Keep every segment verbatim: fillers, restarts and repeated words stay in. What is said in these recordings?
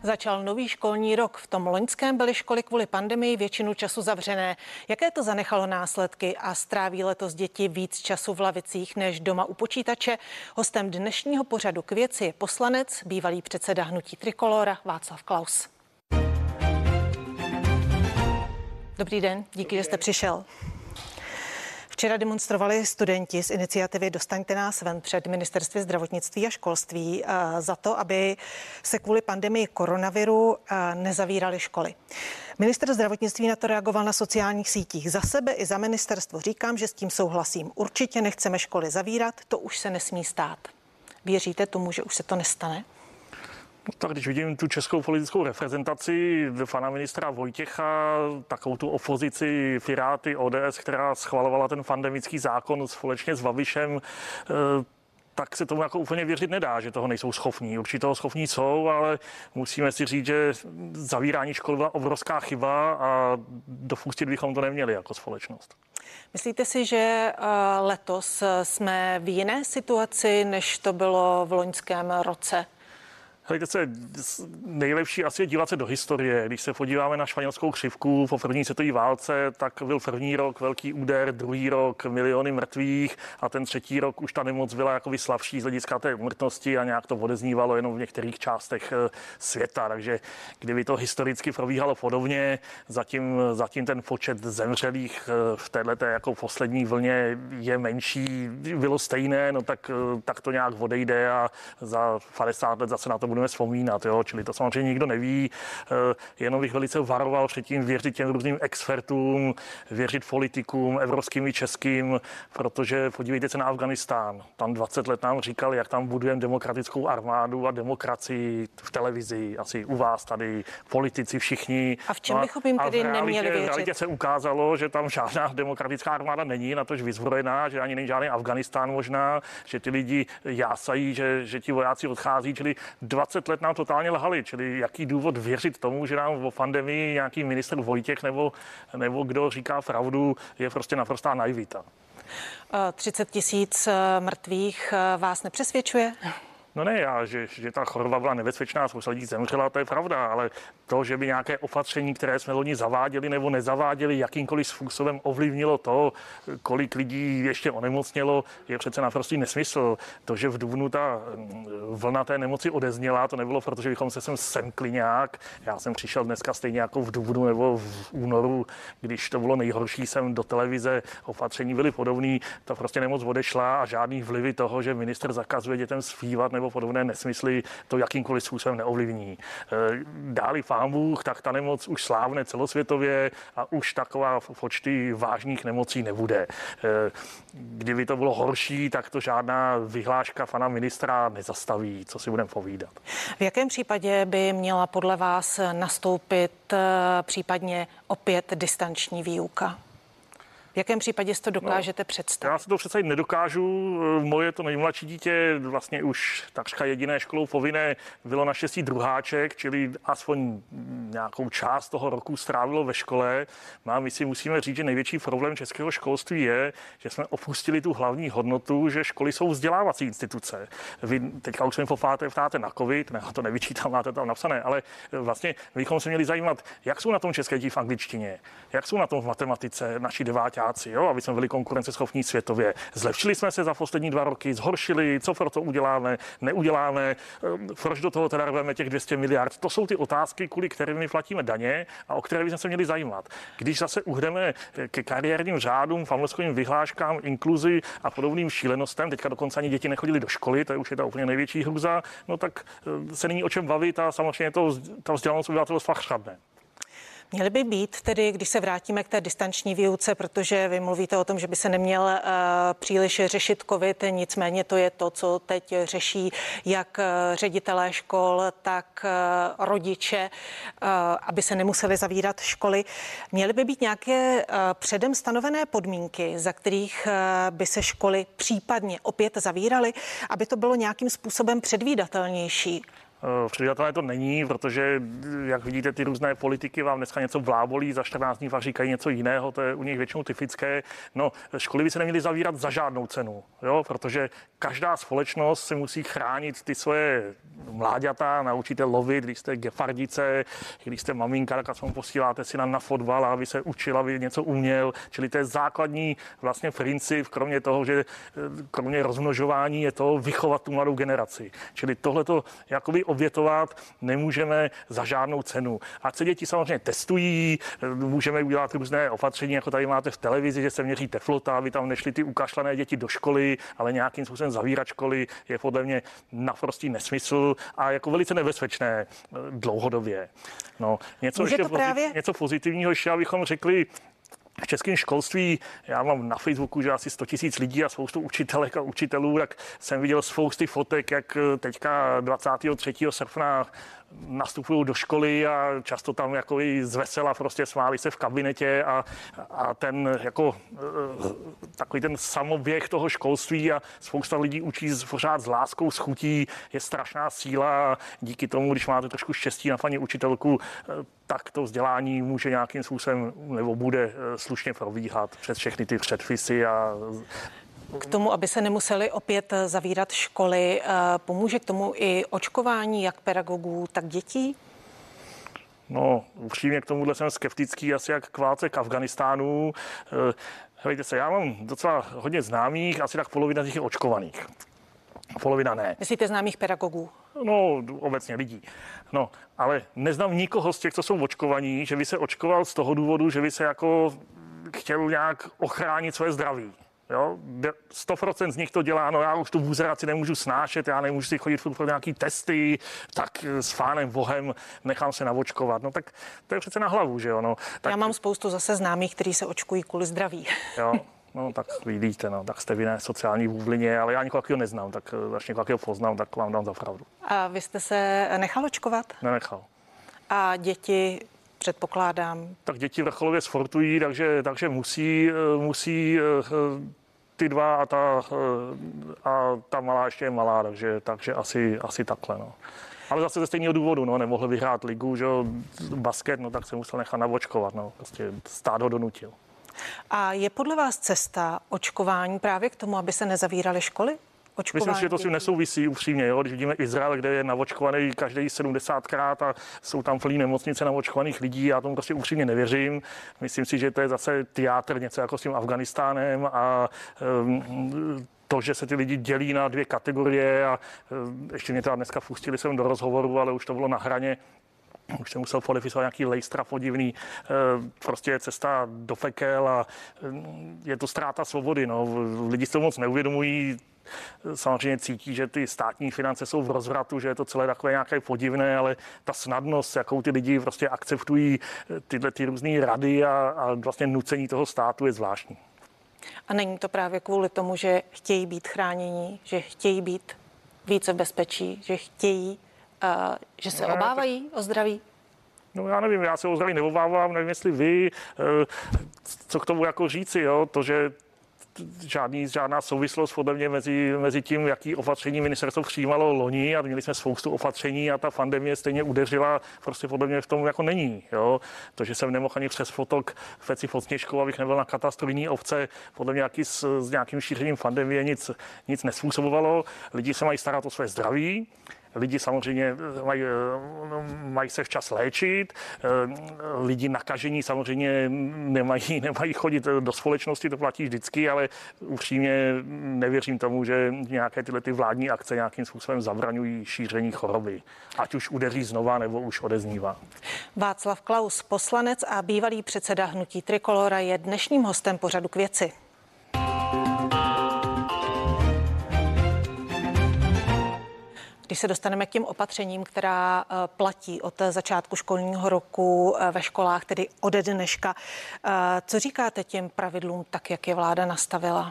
Začal nový školní rok. V tom loňském byly školy kvůli pandemii většinu času zavřené. Jaké to zanechalo následky a stráví letos děti víc času v lavicích než doma u počítače? Hostem dnešního pořadu K věci je poslanec, bývalý předseda hnutí Trikolóra Václav Klaus. Dobrý den, díky, Dobrý že jste den. přišel. Včera demonstrovali studenti z iniciativy Dostaňte nás ven před ministerstvy zdravotnictví a školství za to, aby se kvůli pandemii koronaviru nezavíraly školy. Ministr zdravotnictví na to reagoval na sociálních sítích. Za sebe i za ministerstvo říkám, že s tím souhlasím. Určitě nechceme školy zavírat, to už se nesmí stát. Věříte tomu, že už se to nestane? Tak když vidím tu českou politickou reprezentaci pana ministra Vojtěcha, takovou tu opozici Piráty, O D S, která schvalovala ten pandemický zákon společně s Babišem, tak se tomu jako úplně věřit nedá, že toho nejsou schopní. Určitě toho schopní jsou, ale musíme si říct, že zavírání škol byla obrovská chyba a dopustit bychom to neměli jako společnost. Myslíte si, že letos jsme v jiné situaci, než to bylo v loňském roce? Hejte se, nejlepší asi je dívat se do historie. Když se podíváme na španělskou křivku po první světové válce, tak byl první rok velký úder, druhý rok miliony mrtvých a ten třetí rok už ta nemoc byla jakoby slabší z hlediska té úmrtnosti a nějak to odeznívalo jenom v některých částech světa. Takže kdyby to historicky probíhalo podobně, zatím, zatím ten počet zemřelých v této jako poslední vlně je menší, bylo stejné, no tak, tak to nějak odejde a za padesát let zase na to budeme vzpomínat, jo? Čili to samozřejmě nikdo neví. Jenom bych velice varoval před tím věřit těm různým expertům, věřit politikům, evropským i českým, protože podívejte se na Afghánistán. Tam dvacet let nám říkali, jak tam budujeme demokratickou armádu a demokracii v televizi, asi u vás tady, politici všichni. A v čem bychom jim tedy neměli věřit? V realitě se ukázalo, že tam žádná demokratická armáda není, natož vyzbrojená, že ani není žádný Afghánistán možná, že ty lidi jásají, že, že ti vojáci odchází, čili dvacet let nám totálně lhali, čili jaký důvod věřit tomu, že nám o pandemii nějaký ministr Vojtěch nebo, nebo kdo říká pravdu, je prostě naprostá naivita. třicet tisíc mrtvých vás nepřesvědčuje? No ne, já, že, že ta choroba byla nebezpečná, spousta lidí zemřela, to je pravda, ale to, že by nějaké opatření, které jsme loni zaváděli nebo nezaváděli, jakýmkoliv způsobem ovlivnilo to, kolik lidí ještě onemocnělo, je přece naprostý nesmysl. To, že v dubnu ta vlna té nemoci odezněla, to nebylo proto, že bychom se sem semkli nějak. Já jsem přišel dneska stejně jako v dubnu nebo v únoru, když to bylo nejhorší, jsem do televize, opatření byly podobný, to prostě nemoc odešla a žádný vlivy toho, že ministr zakazuje dětem zpívat nebo podobné nesmysly, to jakýmkoliv způsobem neovlivní. Dáli pán Bůh, tak ta nemoc už slávne celosvětově a už taková počty vážných nemocí nebude. Kdyby to bylo horší, tak to žádná vyhláška pana ministra nezastaví, co si budeme povídat. V jakém případě by měla podle vás nastoupit případně opět distanční výuka? V jakém případě si to dokážete no, představit? Já si to představit nedokážu. Moje to nejmladší dítě vlastně už takřka jediné školou povinné bylo naštěstí druháček, čili aspoň nějakou část toho roku strávilo ve škole. No a my si musíme říct, že největší problém českého školství je, že jsme opustili tu hlavní hodnotu, že školy jsou vzdělávací instituce. Vy teďka už jsme po páté ptáte na covid, ne, to nevyčítám, máte tam napsané, ale vlastně bychom se měli zajímat, jak jsou na tom české děti v angličtině, jak jsou na tom v matematice naši deváťáci. Jo, aby jsme byli konkurenceschopní světově. Zlepšili jsme se za poslední dva roky, zhoršili, co pro to uděláme, neuděláme, proč do toho teda rveme těch dvě stě miliard. To jsou ty otázky, kvůli kterým my platíme daně a o které bychom se měli zajímat. Když zase uhdeme ke kariérním řádům, familskovým vyhláškám, inkluzi a podobným šílenostem, teďka dokonce ani děti nechodili do školy, to je už je ta úplně největší hruza, no tak se není o čem bavit a samozřejmě to, ta vzdělanost obyvatelstva chřadne. Měly by být tedy, když se vrátíme k té distanční výuce, protože vy mluvíte o tom, že by se neměl uh, příliš řešit covid, nicméně to je to, co teď řeší jak uh, ředitelé škol, tak uh, rodiče, uh, aby se nemuseli zavírat školy. Měly by být nějaké uh, předem stanovené podmínky, za kterých uh, by se školy případně opět zavíraly, aby to bylo nějakým způsobem předvídatelnější. Předvídatelné to není, protože, jak vidíte, ty různé politiky vám dneska něco blábolí, za čtrnáct dní pak říkají něco jiného, to je u nich většinou typické. No, školy by se neměly zavírat za žádnou cenu, jo, protože každá společnost se musí chránit ty svoje mláďata, naučíte lovit, když jste gepardice, když jste maminka, tak aspoň posíláte syna na fotbal, aby se učil, aby něco uměl, čili to je základní vlastně princip, kromě toho, že kromě rozmnožování je to vychovat tu mladou generaci. Čili tohleto jakoby obětovat nemůžeme za žádnou cenu. Ať se děti samozřejmě testují, můžeme udělat různé opatření, jako tady máte v televizi, že se měří teplota, aby tam nešly ty ukašlené děti do školy, ale nějakým způsobem zavírat školy je podle mě naprostý nesmysl a jako velice nebezpečné dlouhodobě. No, něco, ještě právě... něco pozitivního ještě, abychom řekli, v českém školství, já mám na Facebooku, že asi sto tisíc lidí a spoustu učitelek a učitelů, tak jsem viděl spousty fotek, jak teďka dvacátého třetího srpna nastupují do školy a často tam jako i zvesela prostě smáli se v kabinetě a, a ten jako takový ten samoběh toho školství a spousta lidí učí pořád s láskou, s chutí, je strašná síla a díky tomu, když máte trošku štěstí na paní učitelku, tak to vzdělání může nějakým způsobem nebo bude slušně probíhat přes všechny ty předpisy a k tomu, aby se nemuseli opět zavírat školy, pomůže k tomu i očkování jak pedagogů, tak dětí? No, upřímně k tomuhle jsem skeptický, asi jak k válce k Afganistánu. Hejte se, já mám docela hodně známých, asi tak polovina z nich je očkovaných. Polovina ne. Myslíte známých pedagogů? No, obecně lidí. No, ale neznám nikoho z těch, co jsou očkovaní, že by se očkoval z toho důvodu, že by se jako chtěl nějak ochránit své zdraví. Jo, sto procent z nich to dělá, no já už tu buzeraci nemůžu snášet, já nemůžu si chodit pro nějaký testy, tak s Pánem Bohem nechám se navočkovat. No tak to je přece na hlavu, že jo. No, tak... Já mám spoustu zase známých, kteří se očkují kvůli zdraví. Jo, no tak vidíte, no, tak jste v jiné sociální bublině, ale já někoho takového neznám, tak až někoho takového poznám, tak vám dám za pravdu. A vy jste se nechal očkovat? Nenechal. A děti... Předpokládám. Tak děti vrcholově sportují, takže, takže musí, musí ty dva a ta, a ta malá ještě je malá, takže, takže asi, asi takhle. No. Ale zase ze stejného důvodu, no, nemohl vyhrát ligu, že basket, no tak se musel nechat navočkovat, no, prostě stát ho donutil. A je podle vás cesta očkování právě k tomu, aby se nezavíraly školy? Očkování. Myslím si, že to si nesouvisí upřímně, jo? Když vidíme Izrael, kde je navočkovaný každý sedmdesátkrát a jsou tam plný nemocnice navočkovaných lidí, já tomu prostě upřímně nevěřím. Myslím si, že to je zase teátr, něco jako s tím Afganistánem a um, to, že se ty lidi dělí na dvě kategorie a um, ještě mě to dneska pustili jsem do rozhovoru, ale už to bylo na hraně. Už jsem musel podepisovat nějaký lejstra podivný, prostě je cesta do pekel a je to ztráta svobody. No. Lidi si to moc neuvědomují, samozřejmě cítí, že ty státní finance jsou v rozvratu, že je to celé takové nějaké podivné, ale ta snadnost, jakou ty lidi prostě akceptují tyhle ty různé rady a, a vlastně nucení toho státu je zvláštní. A není to právě kvůli tomu, že chtějí být chráněni, že chtějí být více v bezpečí, že chtějí Uh, že se ne, obávají tak... o zdraví? No já nevím, já se o zdraví neobávám, nevím, jestli vy, uh, co k tomu jako říci, jo, to, že žádný, žádná souvislost podle mě mezi, mezi tím, jaký opatření ministerstvo přijímalo loni a měli jsme spoustu opatření a ta pandemie stejně udeřila, prostě podle mě v tom jako není. Jo. To, že jsem nemohl ani přes fotok Feci pod Sněžkou, abych nebyl na katastru jiný obce, podle mě jaký s, s nějakým šířením pandemie nic, nic nespůsobovalo. Lidi se mají starat o své zdraví. Lidi samozřejmě mají, mají se včas léčit, lidi nakažení samozřejmě nemají, nemají chodit do společnosti, to platí vždycky, ale upřímně nevěřím tomu, že nějaké tyhle ty vládní akce nějakým způsobem zabraňují šíření choroby, ať už udeří znova nebo už odeznívá. Václav Klaus, poslanec a bývalý předseda hnutí Trikolora, je dnešním hostem pořadu K věci. Když se dostaneme k těm opatřením, která platí od začátku školního roku ve školách, tedy ode dneška, co říkáte těm pravidlům, tak jak je vláda nastavila?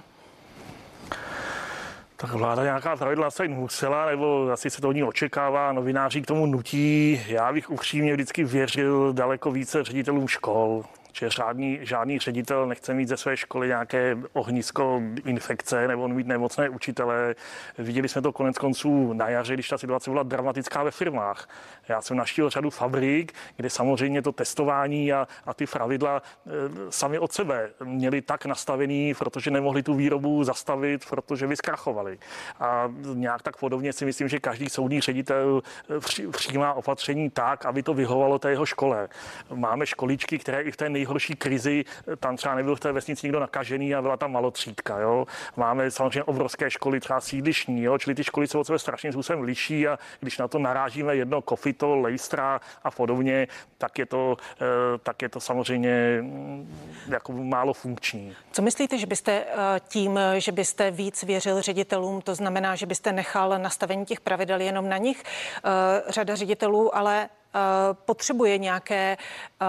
Tak vláda nějaká pravidla nastavit musela, nebo asi se to od ní očekává, novináři k tomu nutí. Já bych upřímně vždycky věřil daleko více ředitelům škol. že žádný, žádný ředitel nechce mít ze své školy nějaké ohnisko infekce nebo mít nemocné učitele. Viděli jsme to konec konců na jaře, když ta situace byla dramatická ve firmách. Já jsem navštívil řadu fabrik, kde samozřejmě to testování a, a ty pravidla e, sami od sebe měli tak nastavený, protože nemohli tu výrobu zastavit, protože by zkrachovali. A nějak tak podobně si myslím, že každý soudní ředitel při, přijímá opatření tak, aby to vyhovovalo té jeho škole. Máme školičky, které i v té nejhorší krizi, tam třeba nebyl v té vesnici nikdo nakažený a byla tam malotřídka. Jo. Máme samozřejmě obrovské školy, třeba sídlišní, jo, čili ty školy se od sebe strašným způsobem liší a když na to narážíme jedno Kofito, Lejstra a podobně, tak je to, tak je to samozřejmě jako málo funkční. Co myslíte, že byste tím, že byste víc věřil ředitelům, to znamená, že byste nechal nastavení těch pravidel jenom na nich? Řada ředitelů ale potřebuje nějaké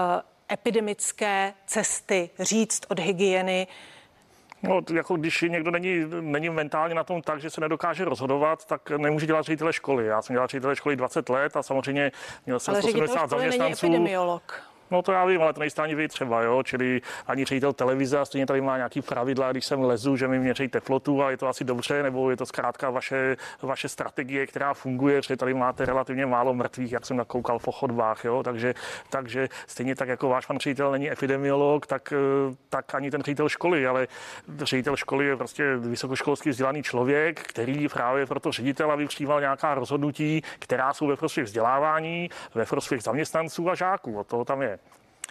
epidemické cesty, říct od hygieny. No, jako když někdo není, není mentálně na tom tak, že se nedokáže rozhodovat, tak nemůže dělat ředitele školy. Já jsem dělal ředitele školy dvacet let a samozřejmě měl jsem sto sedmdesát zaměstnanců. Ale ředitel školy není epidemiolog. No to já vím, ale to nejste ani vy třeba, jo, čili ani ředitel televize a stejně tady má nějaký pravidla, když sem lezu, že mi měří teplotu a je to asi dobře, nebo je to zkrátka vaše, vaše strategie, která funguje, že tady máte relativně málo mrtvých, jak jsem nakoukal po chodbách, jo, takže, takže stejně tak jako váš pan ředitel není epidemiolog, tak, tak ani ten ředitel školy, ale ředitel školy je prostě vysokoškolský vzdělaný člověk, který právě proto ředitel, aby přijímal nějaká rozhodnutí, která jsou ve prospěch vzdělávání, ve prospěch zaměstnanců a žáků, od toho tam je.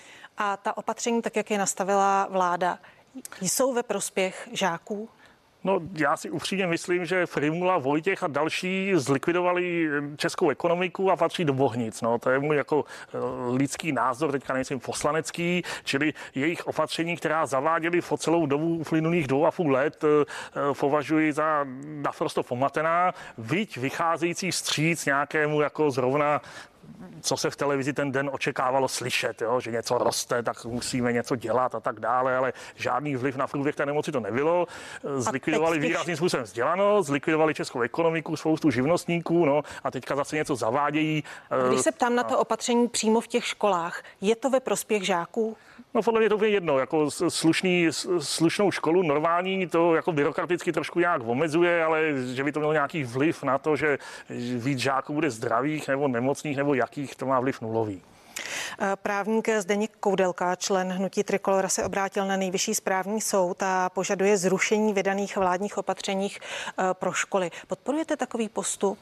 A ta opatření, tak jak je nastavila vláda, jsou ve prospěch žáků? No, já si upřímně myslím, že Frymula, Vojtěch a další zlikvidovali českou ekonomiku a patří do bohnic. No, to je můj jako lidský názor, teďka nejsem poslanecký, čili jejich opatření, která zaváděli po celou dobu uplynulých dvou a půl let, považuji za naprosto pomatená, byť vycházející vstříc nějakému jako zrovna co se v televizi ten den očekávalo slyšet, jo? Že něco roste, tak musíme něco dělat a tak dále, ale žádný vliv na průběh té nemoci to nebylo. Zlikvidovali výrazným způsobem vzdělanost, zlikvidovali českou ekonomiku, spoustu živnostníků, no a teďka zase něco zavádějí. Když se ptám na to opatření přímo v těch školách, je to ve prospěch žáků? No podle mě to je jedno, jako slušný, slušnou školu, normální, to jako byrokraticky trošku nějak omezuje, ale že by to mělo nějaký vliv na to, že víc žáků bude zdravých nebo nemocných nebo jakých, to má vliv nulový. Právník Zdeněk Koudelka, člen hnutí Trikolora, se obrátil na Nejvyšší správní soud a požaduje zrušení vydaných vládních opatřeních pro školy. Podporujete takový postup?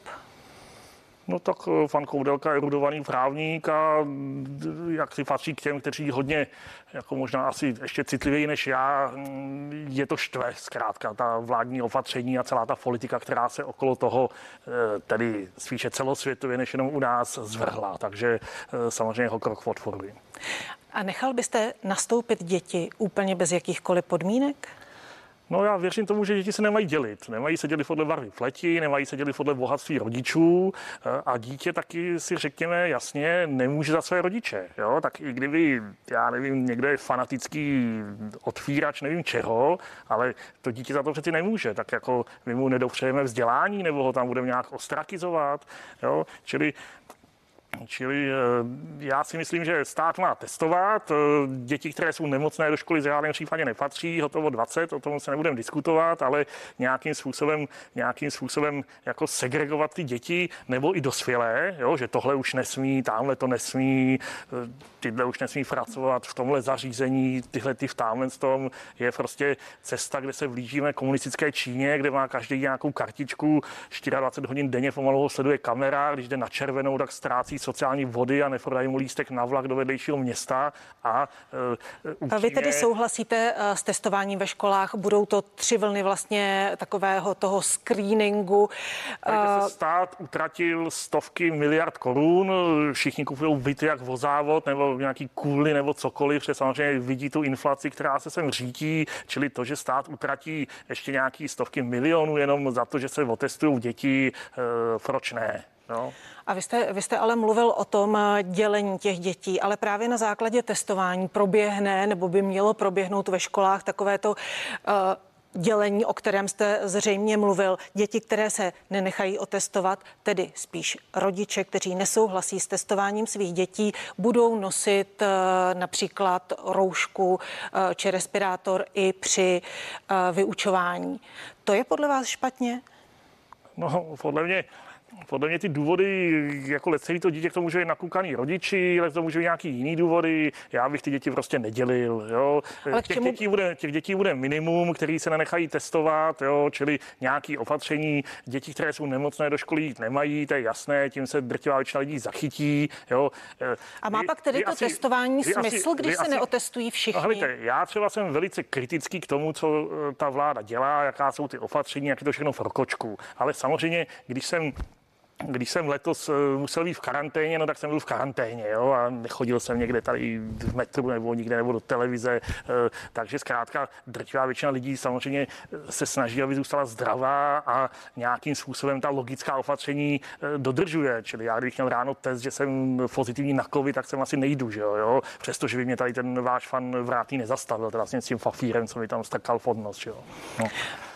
No tak pan Koudelka je erudovaný právník a jak si patří k těm, kteří hodně, jako možná asi ještě citlivěji než já, je to štve zkrátka, ta vládní opatření a celá ta politika, která se okolo toho tedy spíše celosvětově než jenom u nás zvrhla. Takže samozřejmě ho krok podporuji. A nechal byste nastoupit děti úplně bez jakýchkoliv podmínek? No já věřím tomu, že děti se nemají dělit. Nemají se dělit podle barvy pleti, nemají se dělit podle bohatství rodičů a dítě taky si řekněme jasně nemůže za své rodiče. Jo? Tak i kdyby, já nevím, někdo je fanatický otvírač, nevím čeho, ale to dítě za to přeci nemůže. Tak jako my mu nedopřejeme vzdělání nebo ho tam budeme nějak ostrakizovat. Jo? Čili Čili já si myslím, že stát má testovat. Děti, které jsou nemocné, do školy v žádném případě nepatří, hotovo dvacet, o tom se nebudeme diskutovat, ale nějakým způsobem, nějakým způsobem jako segregovat ty děti nebo i dospělé, jo, že tohle už nesmí, tamhle to nesmí, tyhle už nesmí pracovat v tomhle zařízení, tyhle ty v tamhle tom, je prostě cesta, kde se blížíme komunistické Číně, kde má každý nějakou kartičku, dvacet čtyři hodin denně pomalu ho sleduje kamera, když jde na červenou, tak ztrácí sociální vody a neprodají mu lístek na vlak do vedlejšího města. A, uh, a vy tedy souhlasíte uh, s testováním ve školách? Budou to tři vlny vlastně takového toho screeningu? Uh... se stát utratil stovky miliard korun, všichni kupují byty jak vozávod nebo nějaký kůly nebo cokoliv, protože samozřejmě vidí tu inflaci, která se sem řítí, čili to, že stát utratí ještě nějaký stovky milionů jenom za to, že se otestují děti, uh, proč ne? No. A vy jste, vy jste ale mluvil o tom dělení těch dětí, ale právě na základě testování proběhne nebo by mělo proběhnout ve školách takovéto uh, dělení, o kterém jste zřejmě mluvil, děti, které se nenechají otestovat, tedy spíš rodiče, kteří nesouhlasí s testováním svých dětí, budou nosit například roušku či respirátor i při vyučování. To je podle vás špatně? No, podle mě Podle mě ty důvody, jako celý to dítě k tomu, že je nakoukaný rodiči, ale k tomu, že nějaký jiný důvody, já bych ty děti prostě nedělil, jo. Těch, čemu... dětí bude, těch dětí bude minimum, který se nenechají testovat, jo, čili nějaký opatření. Děti, které jsou nemocné, do školy jít nemají, to je jasné, tím se drtivá většina lidí zachytí, jo. A má vy, pak tedy to asi, testování smysl, asi, když se asi, neotestují všichni? No, hledajte, já třeba jsem velice kritický k tomu, co ta vláda dělá, jaká jsou ty opatření, jak je to všechno v rokočku. Ale samozřejmě, když jsem Když jsem letos musel být v karanténě, no tak jsem byl v karanténě, jo, a nechodil jsem někde tady v metru nebo nikde nebo do televize, takže zkrátka drtivá většina lidí samozřejmě se snaží, aby zůstala zdravá a nějakým způsobem ta logická opatření dodržuje. Čili já, když měl ráno test, že jsem pozitivní na covid, tak jsem asi nejdu, že jo, jo? Přestože by mě tady ten váš fan Vrátný nezastavil, teda vlastně s tím fafírem, co mi tam strkal pod nos, že jo. No.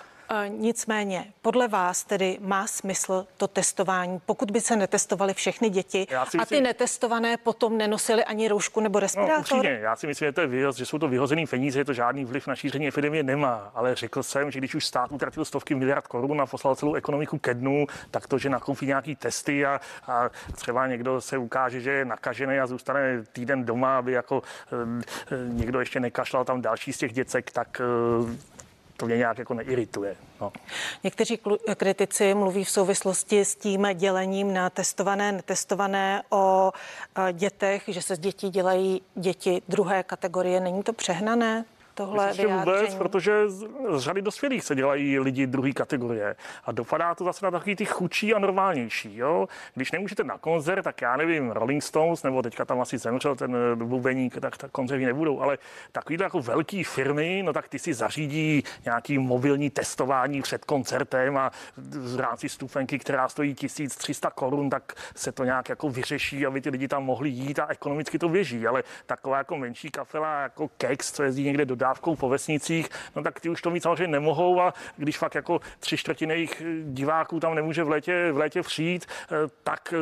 Nicméně, podle vás tedy má smysl to testování, pokud by se netestovaly všechny děti myslím, a ty netestované potom nenosily ani roušku nebo respirátor? No, určitě, já si myslím, že, to je vyhoz, že jsou to vyhozený peníze, že to žádný vliv na šíření epidemie nemá, ale řekl jsem, že když už stát utratil stovky miliard korun a poslal celou ekonomiku ke dnu, tak to, že nakoupí nějaký testy a, a třeba někdo se ukáže, že je nakažený a zůstane týden doma, aby jako e, někdo ještě nekašlal tam další z těch děcek, tak e, to mě nějak jako neirituje. No. Někteří kritici mluví v souvislosti s tím dělením na testované, netestované o dětech, že se z dětí dělají děti druhé kategorie. Není to přehnané? Tohle vůbec, protože z, z řady dospělých se dělají lidi druhé kategorie a dopadá to zase na takový ty chudší a normálnější. Jo? Když nemůžete na koncert, tak já nevím, Rolling Stones, nebo teďka tam asi zemřel ten bubeník, tak, tak koncerty nebudou, ale takovýhle jako velký firmy, no tak ty si zařídí nějaký mobilní testování před koncertem a v rámci stupenky, která stojí tisíc tři sta korun, tak se to nějak jako vyřeší, aby ty lidi tam mohli jít a ekonomicky to běží, ale taková jako menší kafela, jako Keks, co jezdí někde do dávkou po vesnicích, no tak ty už to mít samozřejmě nemohou a když fakt jako tři čtvrtiny jejich diváků tam nemůže v létě, v létě přijít, tak,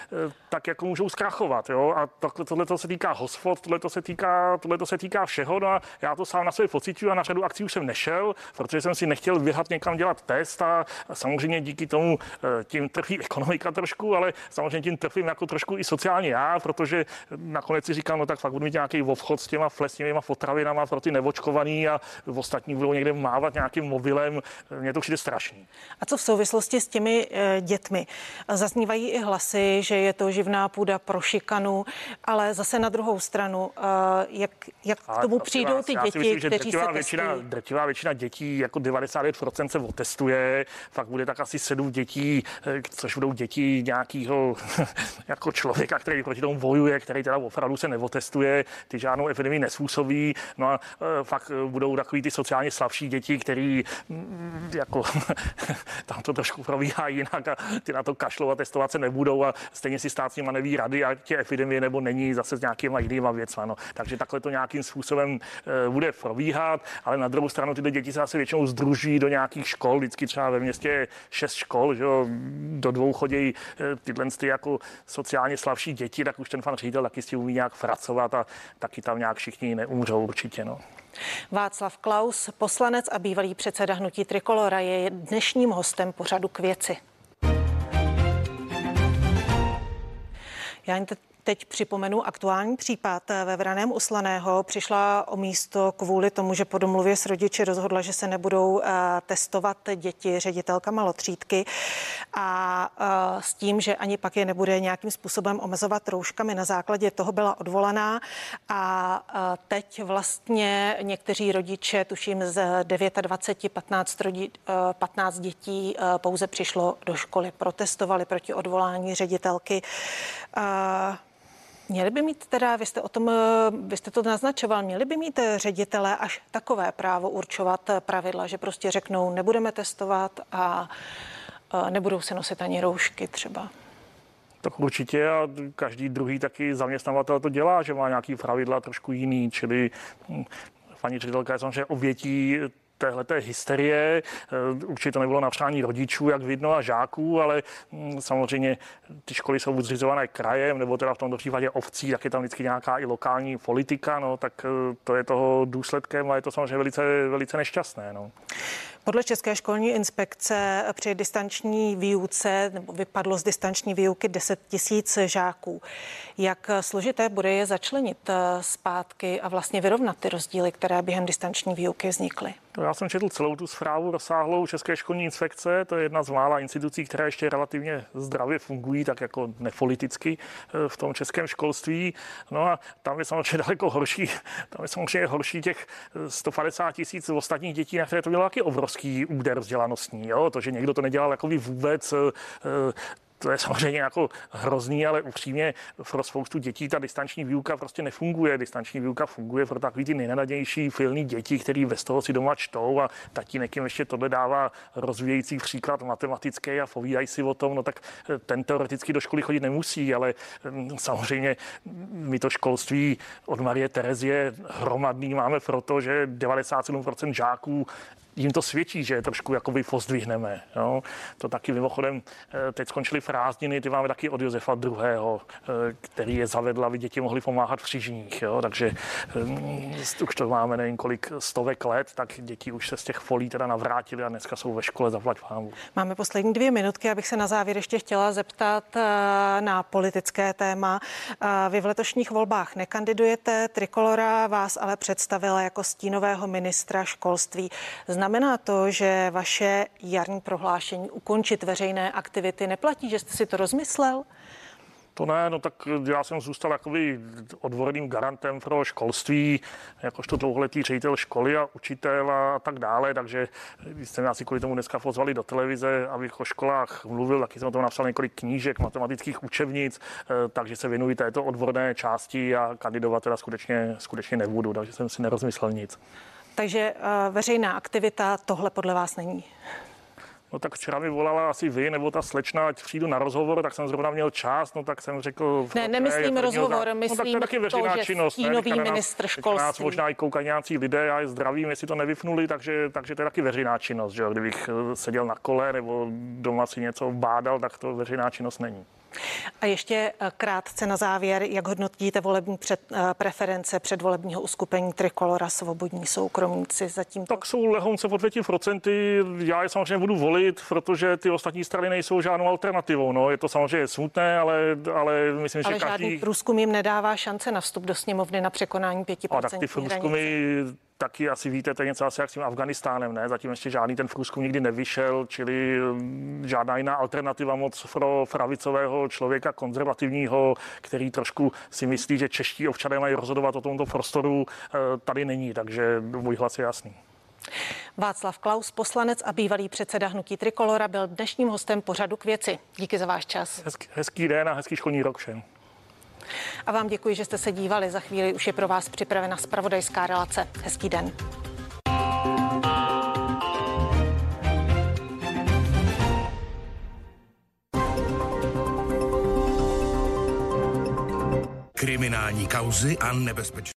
tak jako můžou zkrachovat, jo, a tohle to se týká hospod, tohle to se týká, tohle to se týká všeho, no a já to sám na sebe pociťuji a na řadu akcí už jsem nešel, protože jsem si nechtěl vyhat někam dělat test a samozřejmě díky tomu tím trpí ekonomika trošku, ale samozřejmě tím trpím jako trošku i sociálně já, protože nakonec si říkám, no tak fakt budu mít nějaký obchod s těma flesnivýma potravinama pro ty neočkovaný a ostatní budou někde mávat nějakým mobilem. Mně to přijde strašný. A co v souvislosti s těmi e, dětmi? Zaznívají i hlasy, že je to živná půda pro šikanu, ale zase na druhou stranu, e, jak, jak k tomu přijdou ty děti, myslím, že kteří se většina, drtivá většina dětí, jako devadesát devět procent se otestuje, fakt bude tak asi sedm dětí, což budou děti nějakého jako člověka, který proti tomu bojuje, který teda opravdu se neotestuje, ty žádnou epidemii nezpůsobí. No a fakt budou takový ty sociálně slabší děti, který jako tam to trošku probíhá jinak a ty na to kašlou a testovat se nebudou a stejně si stát s nima neví rady a tě epidemie nebo není zase s nějakýma jinýma věcma. No. Takže takhle to nějakým způsobem uh, bude probíhat, ale na druhou stranu tyhle děti se asi většinou sdruží do nějakých škol, vždycky třeba ve městě je šest škol, že jo, do dvou chodí uh, tyhle ty jako sociálně slabší děti, tak už ten pan ředitel taky s tím umí nějak pracovat a taky tam nějak všichni neumřou určitě. No. Václav Klaus, poslanec a bývalý předseda hnutí Trikolora, je dnešním hostem pořadu K věci. Já jen teď připomenu aktuální případ. Ve Vraném u Slaného přišla o místo kvůli tomu, že po domluvě s rodiči rozhodla, že se nebudou testovat děti ředitelka malotřídky a s tím, že ani pak je nebude nějakým způsobem omezovat rouškami. Na základě toho byla odvolaná a teď vlastně někteří rodiče, tuším z dvacet devět, patnáct, rodi, patnáct dětí pouze přišlo do školy, protestovali proti odvolání ředitelky. Měli by mít teda, vy jste o tom, vy jste to naznačoval, měli by mít ředitelé až takové právo určovat pravidla, že prostě řeknou, nebudeme testovat a nebudou se nosit ani roušky třeba. Tak určitě a každý druhý taky zaměstnavatel to dělá, že má nějaký pravidla trošku jiný, čili paní ředitelka je samozřejmě obětí téhleté hysterie. Určitě to nebylo na přání rodičů, jak vidno, a žáků, ale samozřejmě ty školy jsou buď zřizované krajem, nebo teda v tomto případě obcí, tak je tam vždycky nějaká i lokální politika, no, tak to je toho důsledkem a je to samozřejmě velice, velice nešťastné. No. Podle České školní inspekce při distanční výuce nebo vypadlo z distanční výuky deset tisíc žáků. Jak složité bude je začlenit zpátky a vlastně vyrovnat ty rozdíly, které během distanční výuky vznikly? Já jsem četl celou tu zprávu rozsáhlou České školní inspekce. To je jedna z mála institucí, které ještě relativně zdravě fungují, tak jako nepoliticky v tom českém školství. No a tam je samozřejmě daleko horší, tam je samozřejmě horší těch sto padesát tisíc ostatních dětí, na které to bylo taky obrovský úder vzdělanostní. Jo? To, že někdo to nedělal jako vůbec, to je samozřejmě jako hrozný, ale upřímně pro spoustu dětí ta distanční výuka prostě nefunguje. Distanční výuka funguje pro takový ty nejnenadějnější filní děti, který bez toho si doma čtou a tatínek jim ještě tohle dává rozvíjející příklad matematický a povídají si o tom, no tak ten teoreticky do školy chodit nemusí, ale samozřejmě my to školství od Marie Terezie hromadný máme proto, že devadesát sedm procent žáků jim to svědčí, že je trošku jakoby pozdvihneme. Jo. To taky mimochodem teď skončily prázdniny, ty máme taky od Josefa druhého., který je zavedl, aby děti mohly pomáhat v křižních. Jo. Takže um, už to máme nevím kolik stovek let, tak děti už se z těch folí teda navrátily a dneska jsou ve škole, zaplať pámu. Máme poslední dvě minutky, abych se na závěr ještě chtěla zeptat na politické téma. Vy v letošních volbách nekandidujete, Trikolora vás ale představila jako stínového ministra školství. Znamená to, že vaše jarní prohlášení ukončit veřejné aktivity neplatí, že jste si to rozmyslel? To ne, no tak já jsem zůstal jakoby odborným garantem pro školství, jakožto dlouholetý ředitel školy a učitel a tak dále, takže jste mě asi kvůli tomu dneska pozvali do televize, abych o školách mluvil, taky jsem o tom napsal několik knížek, matematických učebnic, takže se věnuji této odborné části a kandidovat teda skutečně, skutečně nebudu, takže jsem si nerozmyslel nic. Takže uh, veřejná aktivita tohle podle vás není? No tak včera mi volala asi vy, nebo ta slečna, ať přijdu na rozhovor, tak jsem zrovna měl čas, no tak jsem řekl... Ne, nemyslím rozhovor, za... myslím no, tak to, je to, že činnost, stínový ne? ministr nás, školství. Nás možná i koukají nějací lidé, já je zdravím, jestli to nevypnuli, takže, takže to je taky veřejná činnost, že kdybych seděl na kole nebo doma si něco bádal, tak to veřejná činnost není. A ještě krátce na závěr, jak hodnotíte volební před, preference předvolebního uskupení Trikolora Svobodní soukromníci zatím? Tak jsou lehonce pod pět procent. Já je samozřejmě budu volit, protože ty ostatní strany nejsou žádnou alternativou. No, je to samozřejmě smutné, ale, ale myslím, ale že žádný každý... průzkum jim nedává šance na vstup do sněmovny na překonání pěti procent. A tak ty průzkumy taky asi víte, to je něco asi jak s tím Afganistánem, ne? Zatím ještě žádný ten průzkum nikdy nevyšel, čili žádná jiná alternativa moc pro pravicového člověka konzervativního, který trošku si myslí, že čeští občané mají rozhodovat o tomto prostoru, tady není, takže můj hlas je jasný. Václav Klaus, poslanec a bývalý předseda hnutí Trikolora, byl dnešním hostem pořadu K věci. Díky za váš čas. Hezký, hezký den a hezký školní rok všem. A vám děkuji, že jste se dívali. Za chvíli už je pro vás připravena zpravodajská relace. Hezký den. Kriminální kauzy a nebezpečné